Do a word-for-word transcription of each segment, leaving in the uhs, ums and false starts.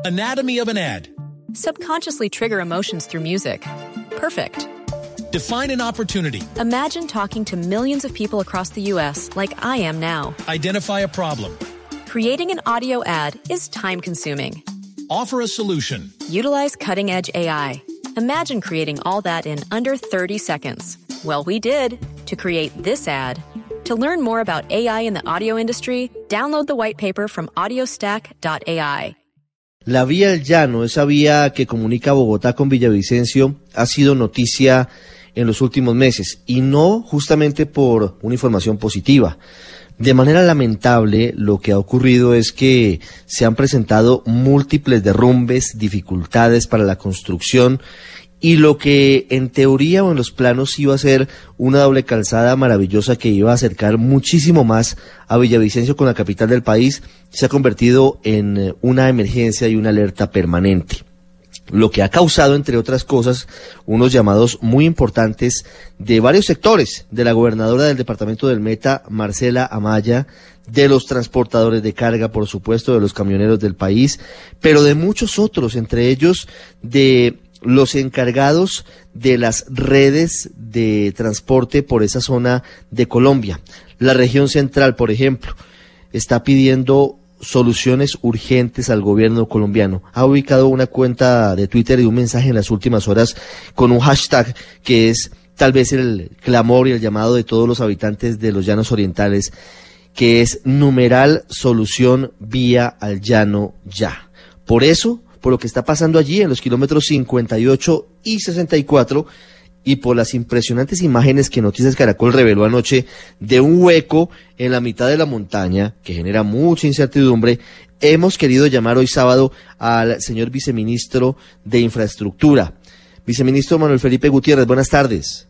Anatomy of an ad. Subconsciously trigger emotions through music. Perfect. Define an opportunity. Imagine talking to millions of people across the U S like I am now. Identify a problem. Creating an audio ad is time-consuming. Offer a solution. Utilize cutting-edge A I. Imagine creating all that in under thirty seconds. Well, we did to create this ad. To learn more about A I in the audio industry, download the white paper from audiostack dot A I. La vía El Llano, esa vía que comunica Bogotá con Villavicencio, ha sido noticia en los últimos meses, y no justamente por una información positiva. De manera lamentable, lo que ha ocurrido es que se han presentado múltiples derrumbes, dificultades para la construcción, y lo que en teoría o en los planos iba a ser una doble calzada maravillosa que iba a acercar muchísimo más a Villavicencio con la capital del país, se ha convertido en una emergencia y una alerta permanente. Lo que ha causado, entre otras cosas, unos llamados muy importantes de varios sectores, de la gobernadora del departamento del Meta, Marcela Amaya, de los transportadores de carga, por supuesto, de los camioneros del país, pero de muchos otros, entre ellos de los encargados de las redes de transporte por esa zona de Colombia. La región central, por ejemplo, está pidiendo soluciones urgentes al gobierno colombiano. Ha ubicado una cuenta de Twitter y un mensaje en las últimas horas con un hashtag que es tal vez el clamor y el llamado de todos los habitantes de los llanos orientales, que es numeral solución vía al llano ya. Por eso, por lo que está pasando allí en los kilómetros cincuenta y ocho y sesenta y cuatro, y por las impresionantes imágenes que Noticias Caracol reveló anoche de un hueco en la mitad de la montaña que genera mucha incertidumbre, hemos querido llamar hoy sábado al señor viceministro de Infraestructura. Viceministro Manuel Felipe Gutiérrez, buenas tardes.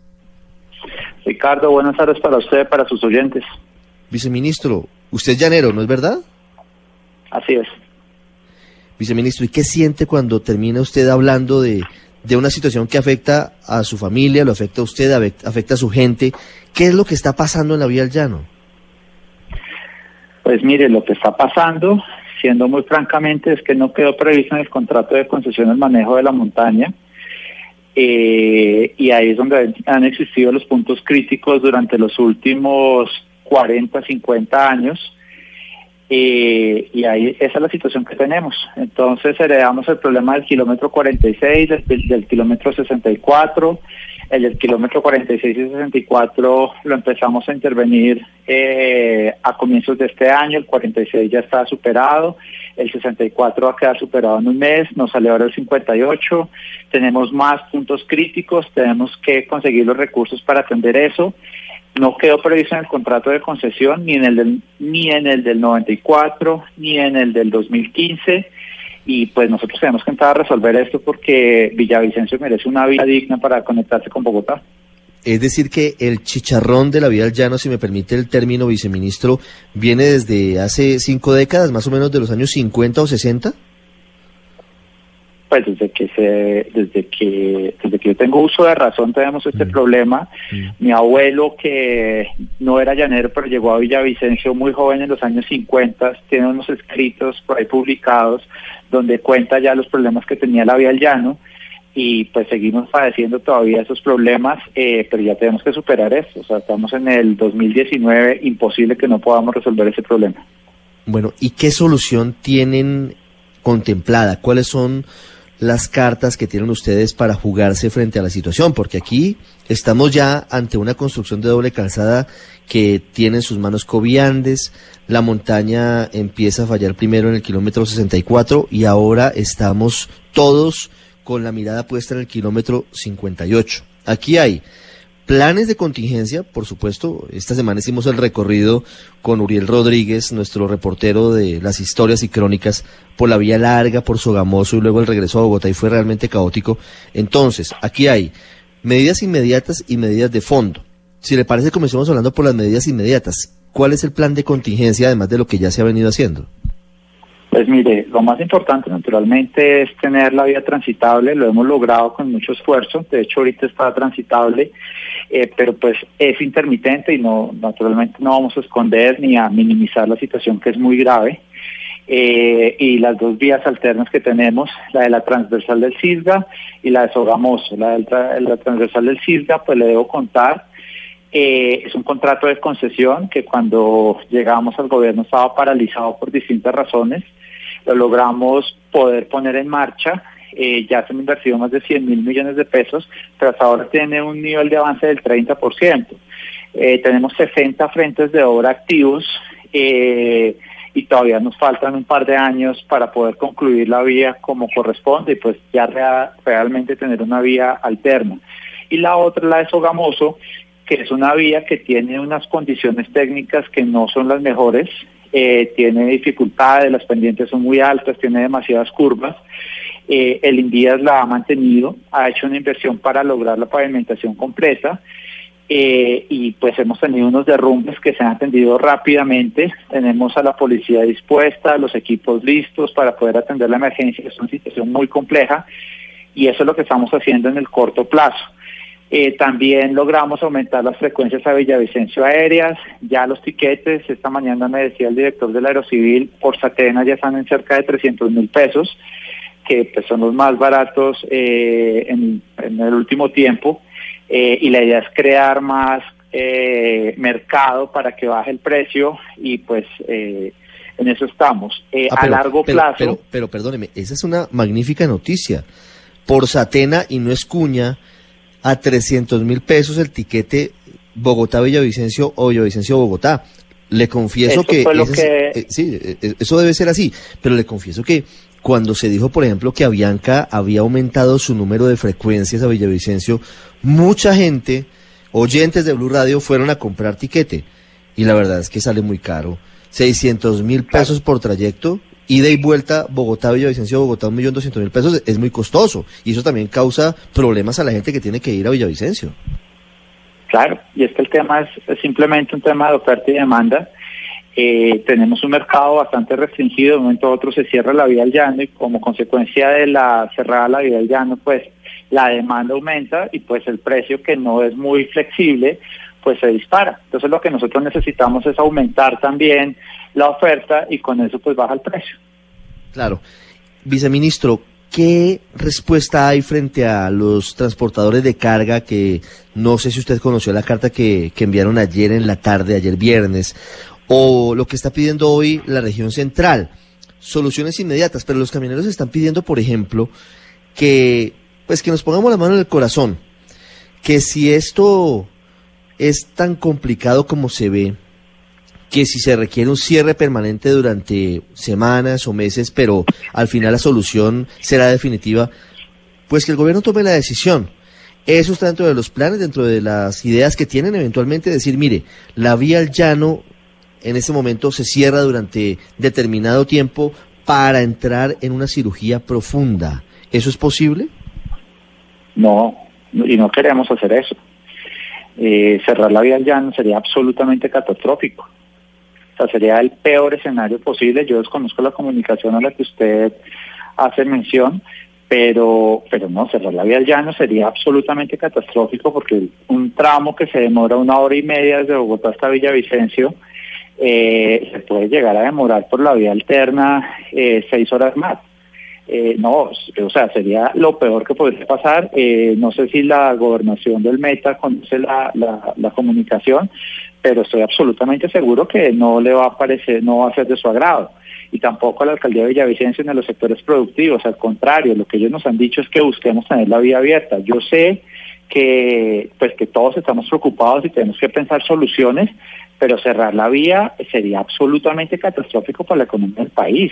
Ricardo, buenas tardes para usted, para sus oyentes. Viceministro, usted es llanero, ¿no es verdad? Así es. Viceministro, ¿y qué siente cuando termina usted hablando de, de una situación que afecta a su familia, lo afecta a usted, afecta a su gente? ¿Qué es lo que está pasando en la vía al llano? Pues mire, lo que está pasando, siendo muy francamente, es que no quedó previsto en el contrato de concesión el manejo de la montaña, eh, y ahí es donde han existido los puntos críticos durante los últimos cuarenta, cincuenta años. Eh, y ahí esa es la situación que tenemos. Entonces heredamos el problema del kilómetro cuarenta y seis, del, del kilómetro sesenta y cuatro. El del kilómetro cuarenta y seis y sesenta y cuatro lo empezamos a intervenir eh, a comienzos de este año. El cuarenta y seis ya está superado, el sesenta y cuatro va a quedar superado en un mes, nos sale ahora el cincuenta y ocho. Tenemos más puntos críticos, tenemos que conseguir los recursos para atender eso. No quedó previsto en el contrato de concesión, ni en el del, ni en el del noventa y cuatro, ni en el del dos mil quince, y pues nosotros tenemos que entrar a resolver esto porque Villavicencio merece una vía digna para conectarse con Bogotá. Es decir que el chicharrón de la vía al llano, si me permite el término, viceministro, viene desde hace cinco décadas, más o menos de los años cincuenta o sesenta. Pues desde que se, desde que, desde que yo tengo uso de razón tenemos este mm. problema. Mm. Mi abuelo, que no era llanero, pero llegó a Villavicencio muy joven en los años cincuenta, tiene unos escritos por ahí publicados donde cuenta ya los problemas que tenía la vía al llano, y pues seguimos padeciendo todavía esos problemas, eh, pero ya tenemos que superar esto. O sea, estamos en el dos mil diecinueve, imposible que no podamos resolver ese problema. Bueno, ¿y qué solución tienen contemplada? ¿Cuáles son las cartas que tienen ustedes para jugarse frente a la situación? Porque aquí estamos ya ante una construcción de doble calzada que tiene en sus manos Coviandes, la montaña empieza a fallar primero en el kilómetro sesenta y cuatro y ahora estamos todos con la mirada puesta en el kilómetro cincuenta y ocho. Aquí hay planes de contingencia, por supuesto. Esta semana hicimos el recorrido con Uriel Rodríguez, nuestro reportero de las historias y crónicas, por la vía larga, por Sogamoso y luego el regreso a Bogotá, y fue realmente caótico. Entonces, aquí hay medidas inmediatas y medidas de fondo. Si le parece, comencemos hablando por las medidas inmediatas. ¿Cuál es el plan de contingencia, además de lo que ya se ha venido haciendo? Pues mire, lo más importante naturalmente es tener la vía transitable. Lo hemos logrado con mucho esfuerzo, de hecho ahorita está transitable, eh, pero pues es intermitente y no, naturalmente no vamos a esconder ni a minimizar la situación, que es muy grave. eh, y las dos vías alternas que tenemos, la de la transversal del Cisga y la de Sogamoso. La de la, la transversal del Cisga, pues le debo contar, eh, es un contrato de concesión que cuando llegamos al gobierno estaba paralizado por distintas razones. Lo logramos poder poner en marcha. Eh, ya se han invertido más de cien mil millones de pesos, pero hasta ahora tiene un nivel de avance del treinta por ciento. Eh, tenemos sesenta frentes de obra activos eh, y todavía nos faltan un par de años para poder concluir la vía como corresponde y pues ya rea- realmente tener una vía alterna. Y la otra, la de Sogamoso, que es una vía que tiene unas condiciones técnicas que no son las mejores, eh, tiene dificultades, las pendientes son muy altas, tiene demasiadas curvas. Eh, el Invías la ha mantenido, ha hecho una inversión para lograr la pavimentación completa eh, y pues hemos tenido unos derrumbes que se han atendido rápidamente. Tenemos a la policía dispuesta, los equipos listos para poder atender la emergencia. Es una situación muy compleja y eso es lo que estamos haciendo en el corto plazo. Eh, también logramos aumentar las frecuencias a Villavicencio aéreas, ya los tiquetes, esta mañana me decía el director del Aerocivil, por Satena ya están en cerca de trescientos mil pesos, que pues, son los más baratos eh, en, en el último tiempo, eh, y la idea es crear más eh, mercado para que baje el precio y pues eh, en eso estamos. Eh, ah, pero, a largo pero, plazo... Pero, pero perdóneme, esa es una magnífica noticia. Por Satena, y no es cuña, a trescientos mil pesos el tiquete Bogotá-Villavicencio o Villavicencio-Bogotá. Le confieso eso que, fue lo es, que... eh, sí, eh, eso debe ser así, pero le confieso que cuando se dijo, por ejemplo, que Avianca había aumentado su número de frecuencias a Villavicencio, mucha gente, oyentes de Blue Radio, fueron a comprar tiquete. Y la verdad es que sale muy caro. seiscientos mil pesos por trayecto, ida y vuelta, Bogotá-Villavicencio, Bogotá, un millón doscientos mil pesos, es muy costoso. Y eso también causa problemas a la gente que tiene que ir a Villavicencio. Claro, y es que el tema es, es simplemente un tema de oferta y demanda. Eh, tenemos un mercado bastante restringido, de un momento a otro se cierra la vía al llano y como consecuencia de la cerrada la vía al llano, pues la demanda aumenta y pues el precio, que no es muy flexible, pues se dispara. Entonces lo que nosotros necesitamos es aumentar también la oferta y con eso pues baja el precio. Claro. Viceministro, ¿qué respuesta hay frente a los transportadores de carga que, no sé si usted conoció la carta que, que enviaron ayer en la tarde, ayer viernes, o lo que está pidiendo hoy la región central? Soluciones inmediatas, pero los camioneros están pidiendo, por ejemplo, que pues que nos pongamos la mano en el corazón, que si esto es tan complicado como se ve, que si se requiere un cierre permanente durante semanas o meses, pero al final la solución será definitiva, pues que el gobierno tome la decisión. Eso está dentro de los planes, dentro de las ideas que tienen, eventualmente decir, mire, la vía al llano en este momento se cierra durante determinado tiempo para entrar en una cirugía profunda. ¿Eso es posible? No, y no queremos hacer eso. Eh, cerrar la vía al llano sería absolutamente catastrófico. O sea, sería el peor escenario posible. Yo desconozco la comunicación a la que usted hace mención, pero pero no, cerrar la vía al llano sería absolutamente catastrófico porque un tramo que se demora una hora y media desde Bogotá hasta Villavicencio, eh, se puede llegar a demorar por la vía alterna eh, seis horas más. Eh, no, o sea, sería lo peor que podría pasar. Eh, no sé si la gobernación del Meta conoce la, la, la comunicación, pero estoy absolutamente seguro que no le va a parecer, no va a ser de su agrado. Y tampoco a la alcaldía de Villavicencio ni a los sectores productivos. Al contrario, lo que ellos nos han dicho es que busquemos tener la vía abierta. Yo sé que pues que todos estamos preocupados y tenemos que pensar soluciones, pero cerrar la vía sería absolutamente catastrófico para la economía del país.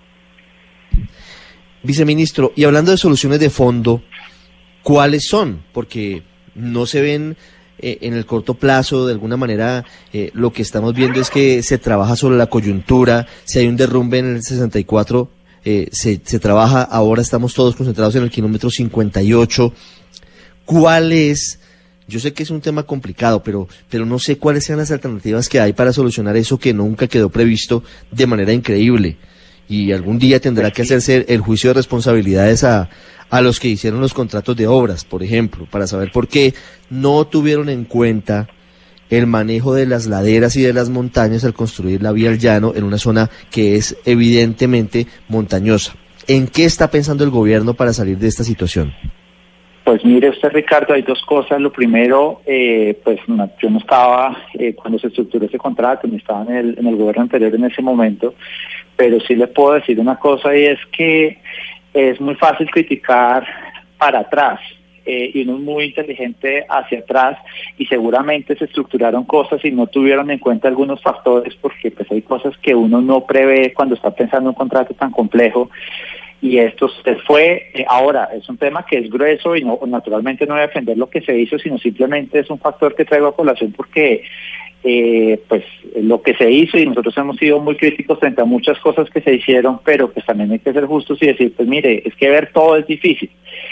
Viceministro, y hablando de soluciones de fondo, ¿cuáles son? Porque no se ven eh, en el corto plazo, de alguna manera, eh, lo que estamos viendo es que se trabaja sobre la coyuntura. Si hay un derrumbe en el sesenta y cuatro, eh, se, se trabaja, ahora estamos todos concentrados en el kilómetro cincuenta y ocho. ¿Cuál es? Yo sé que es un tema complicado, pero, pero no sé cuáles sean las alternativas que hay para solucionar eso que nunca quedó previsto de manera increíble. Y algún día tendrá que hacerse el juicio de responsabilidades a, a los que hicieron los contratos de obras, por ejemplo, para saber por qué no tuvieron en cuenta el manejo de las laderas y de las montañas al construir la vía al llano en una zona que es evidentemente montañosa. ¿En qué está pensando el gobierno para salir de esta situación? Pues mire usted, Ricardo, hay dos cosas. Lo primero, eh, pues no, yo no estaba eh, cuando se estructuró ese contrato, ni estaba en el, en el gobierno anterior en ese momento, pero sí le puedo decir una cosa, y es que es muy fácil criticar para atrás, eh, y uno es muy inteligente hacia atrás, y seguramente se estructuraron cosas y no tuvieron en cuenta algunos factores, porque pues hay cosas que uno no prevé cuando está pensando en un contrato tan complejo. Y esto se fue, eh, ahora es un tema que es grueso y no naturalmente no voy a defender lo que se hizo, sino simplemente es un factor que traigo a colación porque eh, pues lo que se hizo, y nosotros hemos sido muy críticos frente a muchas cosas que se hicieron, pero pues también hay que ser justos y decir, pues mire, es que ver todo es difícil.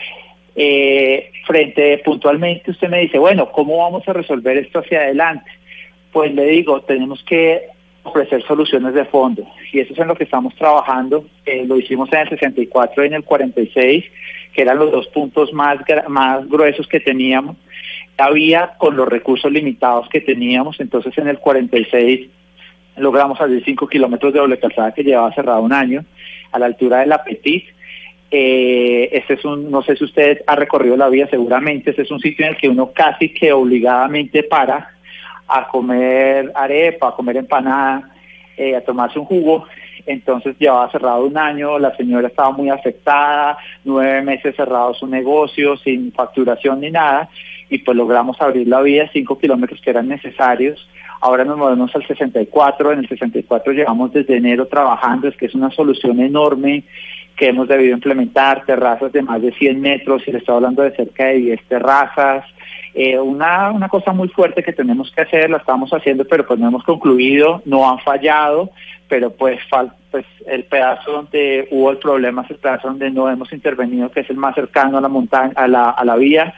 Eh, frente puntualmente usted me dice, bueno, ¿cómo vamos a resolver esto hacia adelante? Pues le digo, tenemos que ofrecer soluciones de fondo, y eso es en lo que estamos trabajando. Eh, lo hicimos en el sesenta y cuatro y en el cuarenta y seis, que eran los dos puntos más, más gruesos que teníamos. Había con los recursos limitados que teníamos, entonces en el cuarenta y seis logramos hacer cinco kilómetros de doble calzada que llevaba cerrado un año, a la altura de la Petit. Eh, este es un, no sé si usted ha recorrido la vía, seguramente, este es un sitio en el que uno casi que obligadamente para a comer arepa, a comer empanada, eh, a tomarse un jugo. Entonces llevaba cerrado un año, la señora estaba muy afectada, nueve meses cerrado su negocio, sin facturación ni nada, y pues logramos abrir la vía, cinco kilómetros que eran necesarios. Ahora nos movemos al sesenta y cuatro, en el sesenta y cuatro llevamos desde enero trabajando, es que es una solución enorme que hemos debido implementar, terrazas de más de cien metros, y le estoy hablando de cerca de diez terrazas. Eh, una, una cosa muy fuerte que tenemos que hacer, la estamos haciendo, pero pues no hemos concluido, no han fallado, pero pues, fal, pues el pedazo donde hubo el problema es el pedazo donde no hemos intervenido, que es el más cercano a la montaña, a la, a la vía.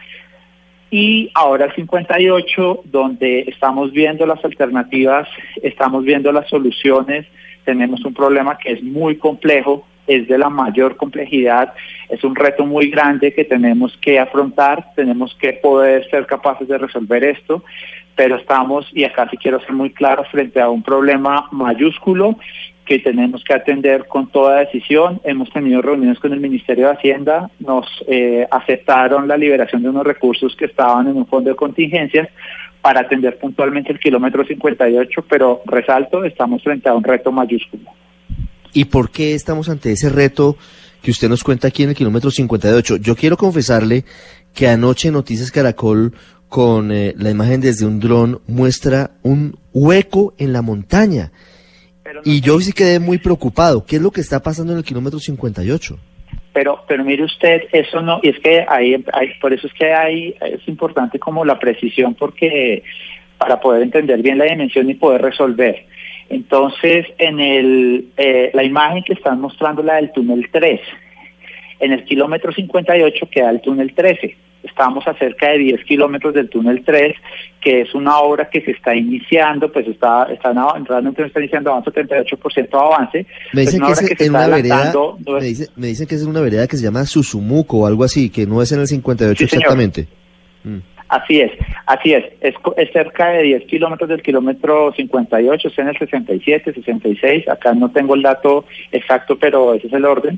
Y ahora el cincuenta y ocho, donde estamos viendo las alternativas, estamos viendo las soluciones. Tenemos un problema que es muy complejo, es de la mayor complejidad, es un reto muy grande que tenemos que afrontar, tenemos que poder ser capaces de resolver esto, pero estamos, y acá sí quiero ser muy claro, frente a un problema mayúsculo que tenemos que atender con toda decisión. Hemos tenido reuniones con el Ministerio de Hacienda, nos eh, aceptaron la liberación de unos recursos que estaban en un fondo de contingencias para atender puntualmente el kilómetro cincuenta y ocho, pero resalto, estamos frente a un reto mayúsculo. ¿Y por qué estamos ante ese reto que usted nos cuenta aquí en el kilómetro cincuenta y ocho? Yo quiero confesarle que anoche Noticias Caracol, con eh, la imagen desde un dron, muestra un hueco en la montaña. No, y yo sí quedé muy preocupado. ¿Qué es lo que está pasando en el kilómetro cincuenta y ocho? Pero, pero mire usted, eso no, y es que hay, hay, por eso es que hay, es importante como la precisión, porque para poder entender bien la dimensión y poder resolver. Entonces, en el eh, la imagen que están mostrando, la del túnel tres, en el kilómetro cincuenta y ocho queda el túnel trece. Estamos a cerca de diez kilómetros del túnel tres, que es una obra que se está iniciando, pues está, está realmente está iniciando a setenta y ocho por ciento de avance. Me dicen pues que, es que en una vereda, no es... me, dice, me dicen que es en una vereda que se llama Susumuco o algo así, que no es en el cincuenta y ocho sí, exactamente. Mm. Así es, así es, es, es cerca de diez kilómetros del kilómetro cincuenta y ocho, está en el sesenta y siete, sesenta y seis, acá no tengo el dato exacto, pero ese es el orden.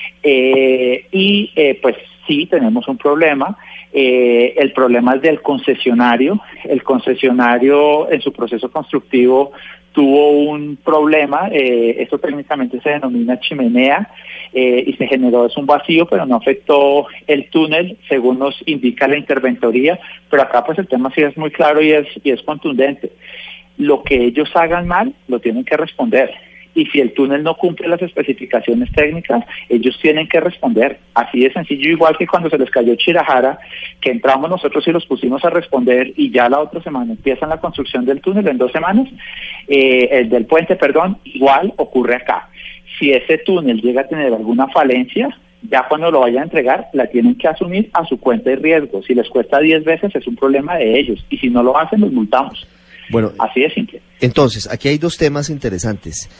Eh, y eh, pues sí, tenemos un problema. Eh, el problema es del concesionario. El concesionario en su proceso constructivo tuvo un problema, eh, esto técnicamente se denomina chimenea, eh, y se generó es un vacío, pero no afectó el túnel, según nos indica la interventoría, pero acá pues el tema sí es muy claro y es, y es contundente. Lo que ellos hagan mal, lo tienen que responder. Y si el túnel no cumple las especificaciones técnicas, ellos tienen que responder. Así de sencillo, igual que cuando se les cayó Chirajara, que entramos nosotros y los pusimos a responder, y ya la otra semana empiezan la construcción del túnel en dos semanas, eh, el del puente, perdón, igual ocurre acá. Si ese túnel llega a tener alguna falencia, ya cuando lo vayan a entregar, la tienen que asumir a su cuenta de riesgo. Si les cuesta diez veces, es un problema de ellos, y si no lo hacen, los multamos. Bueno, así de simple. Entonces, aquí hay dos temas interesantes.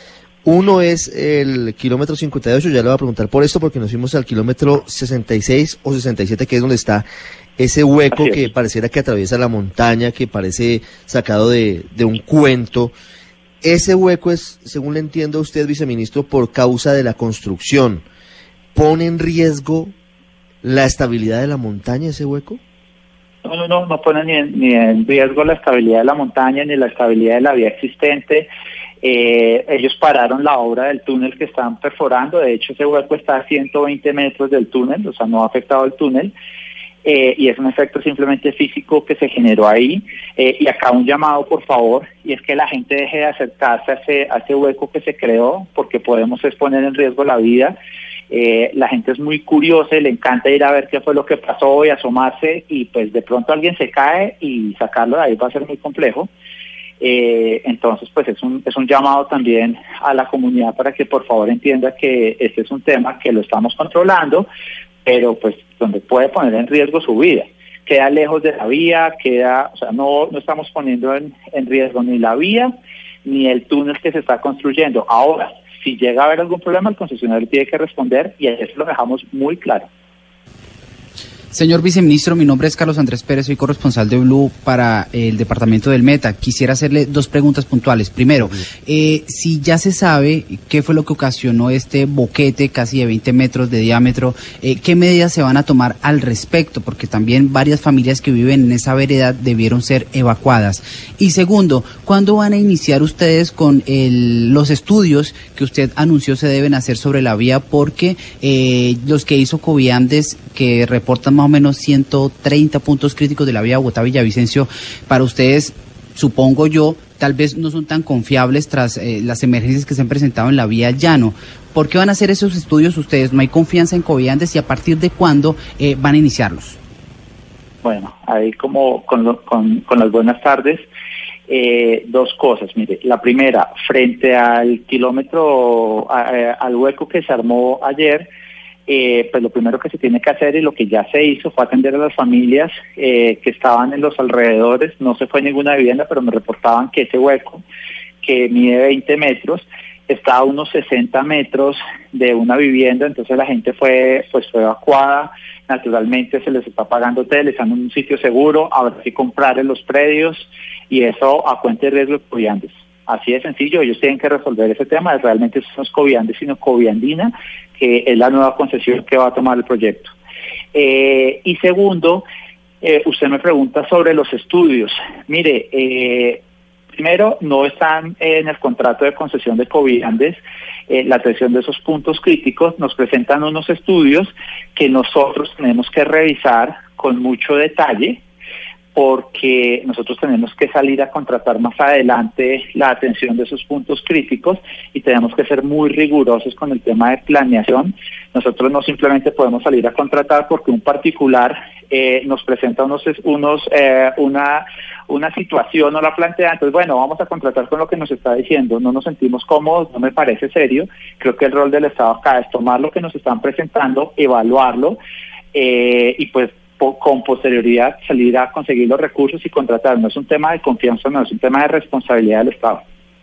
Uno es el kilómetro cincuenta y ocho, ya le voy a preguntar por esto porque nos fuimos al kilómetro sesenta y seis o sesenta y siete, que es donde está ese hueco que pareciera que atraviesa la montaña, que parece sacado de, de un cuento. Ese hueco es, según le entiendo a usted, viceministro, por causa de la construcción. ¿Pone en riesgo la estabilidad de la montaña ese hueco? No, no, no, no pone ni en, ni en riesgo la estabilidad de la montaña ni la estabilidad de la vía existente. Eh, ellos pararon la obra del túnel que están perforando. De hecho, ese hueco está a ciento veinte metros del túnel, o sea, no ha afectado el túnel. Eh, y es un efecto simplemente físico que se generó ahí. Eh, y acá un llamado, por favor, y es que la gente deje de acercarse a ese, a ese hueco que se creó, porque podemos exponer en riesgo la vida. Eh, la gente es muy curiosa y le encanta ir a ver qué fue lo que pasó y asomarse, y pues de pronto alguien se cae y sacarlo de ahí va a ser muy complejo. Eh, entonces, pues es un, es un llamado también a la comunidad para que por favor entienda que este es un tema que lo estamos controlando, pero pues donde puede poner en riesgo su vida. Queda lejos de la vía, queda, o sea, no, no estamos poniendo en, en riesgo ni la vía ni el túnel que se está construyendo. Ahora, si llega a haber algún problema, el concesionario tiene que responder, y eso lo dejamos muy claro. Señor viceministro, mi nombre es Carlos Andrés Pérez, soy corresponsal de Blue para el departamento del Meta. Quisiera hacerle dos preguntas puntuales. Primero, eh, si ya se sabe qué fue lo que ocasionó este boquete casi de veinte metros de diámetro, eh, ¿qué medidas se van a tomar al respecto? Porque también varias familias que viven en esa vereda debieron ser evacuadas. Y segundo, ¿cuándo van a iniciar ustedes con el, los estudios que usted anunció se deben hacer sobre la vía? Porque eh, los que hizo Coviandes, que reportan más o menos ciento treinta puntos críticos de la vía Bogotá-Villavicencio, para ustedes, supongo yo, tal vez no son tan confiables tras eh, las emergencias que se han presentado en la vía Llano. ¿Por qué van a hacer esos estudios ustedes? ¿No hay confianza en Coviandes? ¿Y a partir de cuándo eh, van a iniciarlos? Bueno, ahí como con, lo, con, con las buenas tardes, eh, dos cosas. Mire, la primera, frente al kilómetro, a, a, al hueco que se armó ayer, Eh, pues lo primero que se tiene que hacer y lo que ya se hizo fue atender a las familias eh, que estaban en los alrededores. No se fue ninguna vivienda, pero me reportaban que ese hueco, que mide veinte metros, está a unos sesenta metros de una vivienda. Entonces la gente fue pues fue evacuada. Naturalmente se les está pagando hotel, están en un sitio seguro, habrá que comprar en los predios, y eso a cuenta de riesgo de Coviandes. Así de sencillo, ellos tienen que resolver ese tema. Realmente eso no es Coviandes, sino Coviandina, que es la nueva concesión que va a tomar el proyecto. Eh, y segundo, eh, usted me pregunta sobre los estudios. Mire, eh, primero, no están en el contrato de concesión de Coviandes eh, la atención de esos puntos críticos. Nos presentan unos estudios que nosotros tenemos que revisar con mucho detalle, porque nosotros tenemos que salir a contratar más adelante la atención de esos puntos críticos y tenemos que ser muy rigurosos con el tema de planeación. Nosotros no simplemente podemos salir a contratar porque un particular eh, nos presenta unos unos eh, una una situación o la plantea. Entonces, bueno, vamos a contratar con lo que nos está diciendo. No nos sentimos cómodos, no me parece serio. Creo que el rol del Estado acá es tomar lo que nos están presentando, evaluarlo eh, y pues con posterioridad salir a conseguir los recursos y contratar. No es un tema de confianza, no, es un tema de responsabilidad del Estado.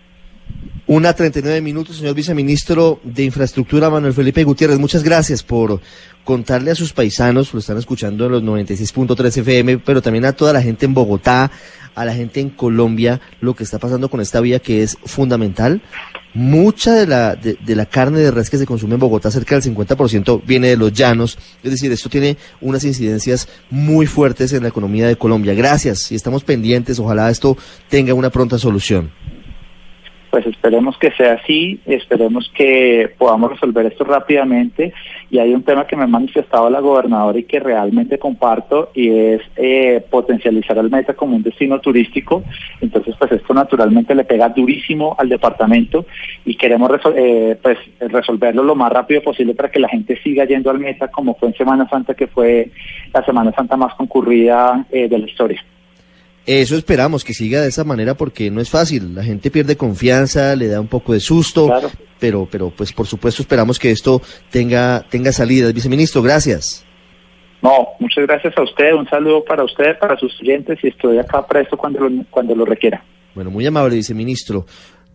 Una treinta y nueve minutos, señor viceministro de Infraestructura, Manuel Felipe Gutiérrez. Muchas gracias por contarle a sus paisanos, lo están escuchando en los noventa y seis punto tres F M, pero también a toda la gente en Bogotá, a la gente en Colombia, lo que está pasando con esta vía que es fundamental. Mucha de la de, de la carne de res que se consume en Bogotá, cerca del cincuenta por ciento, viene de los llanos. Es decir, esto tiene unas incidencias muy fuertes en la economía de Colombia. Gracias, y estamos pendientes. Ojalá esto tenga una pronta solución. Pues esperemos que sea así, esperemos que podamos resolver esto rápidamente. Y hay un tema que me ha manifestado la gobernadora y que realmente comparto, y es eh, potencializar al Meta como un destino turístico. Entonces, pues esto naturalmente le pega durísimo al departamento y queremos resol- eh, pues resolverlo lo más rápido posible para que la gente siga yendo al Meta, como fue en Semana Santa, que fue la Semana Santa más concurrida eh, de la historia. Eso esperamos, que siga de esa manera, porque no es fácil. La gente pierde confianza, le da un poco de susto, claro. pero pero pues por supuesto esperamos que esto tenga tenga salida. Viceministro, gracias. No, muchas gracias a usted, un saludo para usted, para sus clientes, y estoy acá presto cuando lo, cuando lo requiera. Bueno, muy amable, viceministro.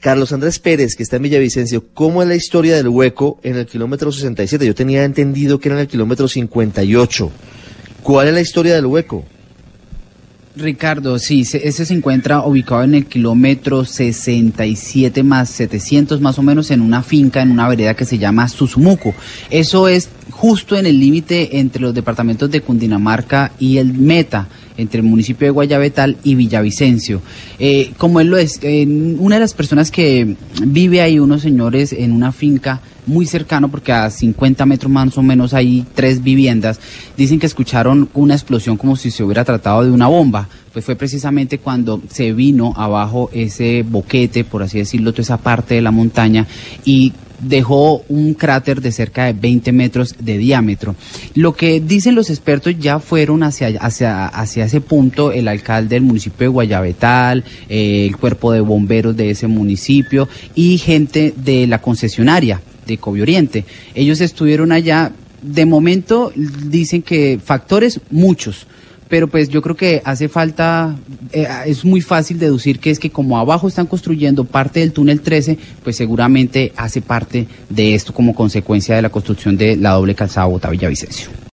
Carlos Andrés Pérez, que está en Villavicencio, ¿cómo es la historia del hueco en el kilómetro sesenta y siete? Yo tenía entendido que era en el kilómetro cincuenta y ocho. ¿Cuál es la historia del hueco? Ricardo, sí, se, ese se encuentra ubicado en el kilómetro sesenta y siete más setecientos, más o menos, en una finca, en una vereda que se llama Susumuco. Eso es justo en el límite entre los departamentos de Cundinamarca y el Meta, entre el municipio de Guayabetal y Villavicencio. Eh, como él lo es, eh, una de las personas que vive ahí, unos señores en una finca muy cercano, porque a cincuenta metros más o menos hay tres viviendas, dicen que escucharon una explosión como si se hubiera tratado de una bomba. Pues fue precisamente cuando se vino abajo ese boquete, por así decirlo, toda esa parte de la montaña, y dejó un cráter de cerca de veinte metros de diámetro. Lo que dicen los expertos, ya fueron hacia, hacia, hacia ese punto el alcalde del municipio de Guayabetal, eh, el cuerpo de bomberos de ese municipio y gente de la concesionaria de Covioriente. Ellos estuvieron allá. De momento dicen que factores muchos, pero pues yo creo que hace falta, eh, es muy fácil deducir que es que como abajo están construyendo parte del túnel trece, pues seguramente hace parte de esto como consecuencia de la construcción de la doble calzada Bogotá-Villavicencio.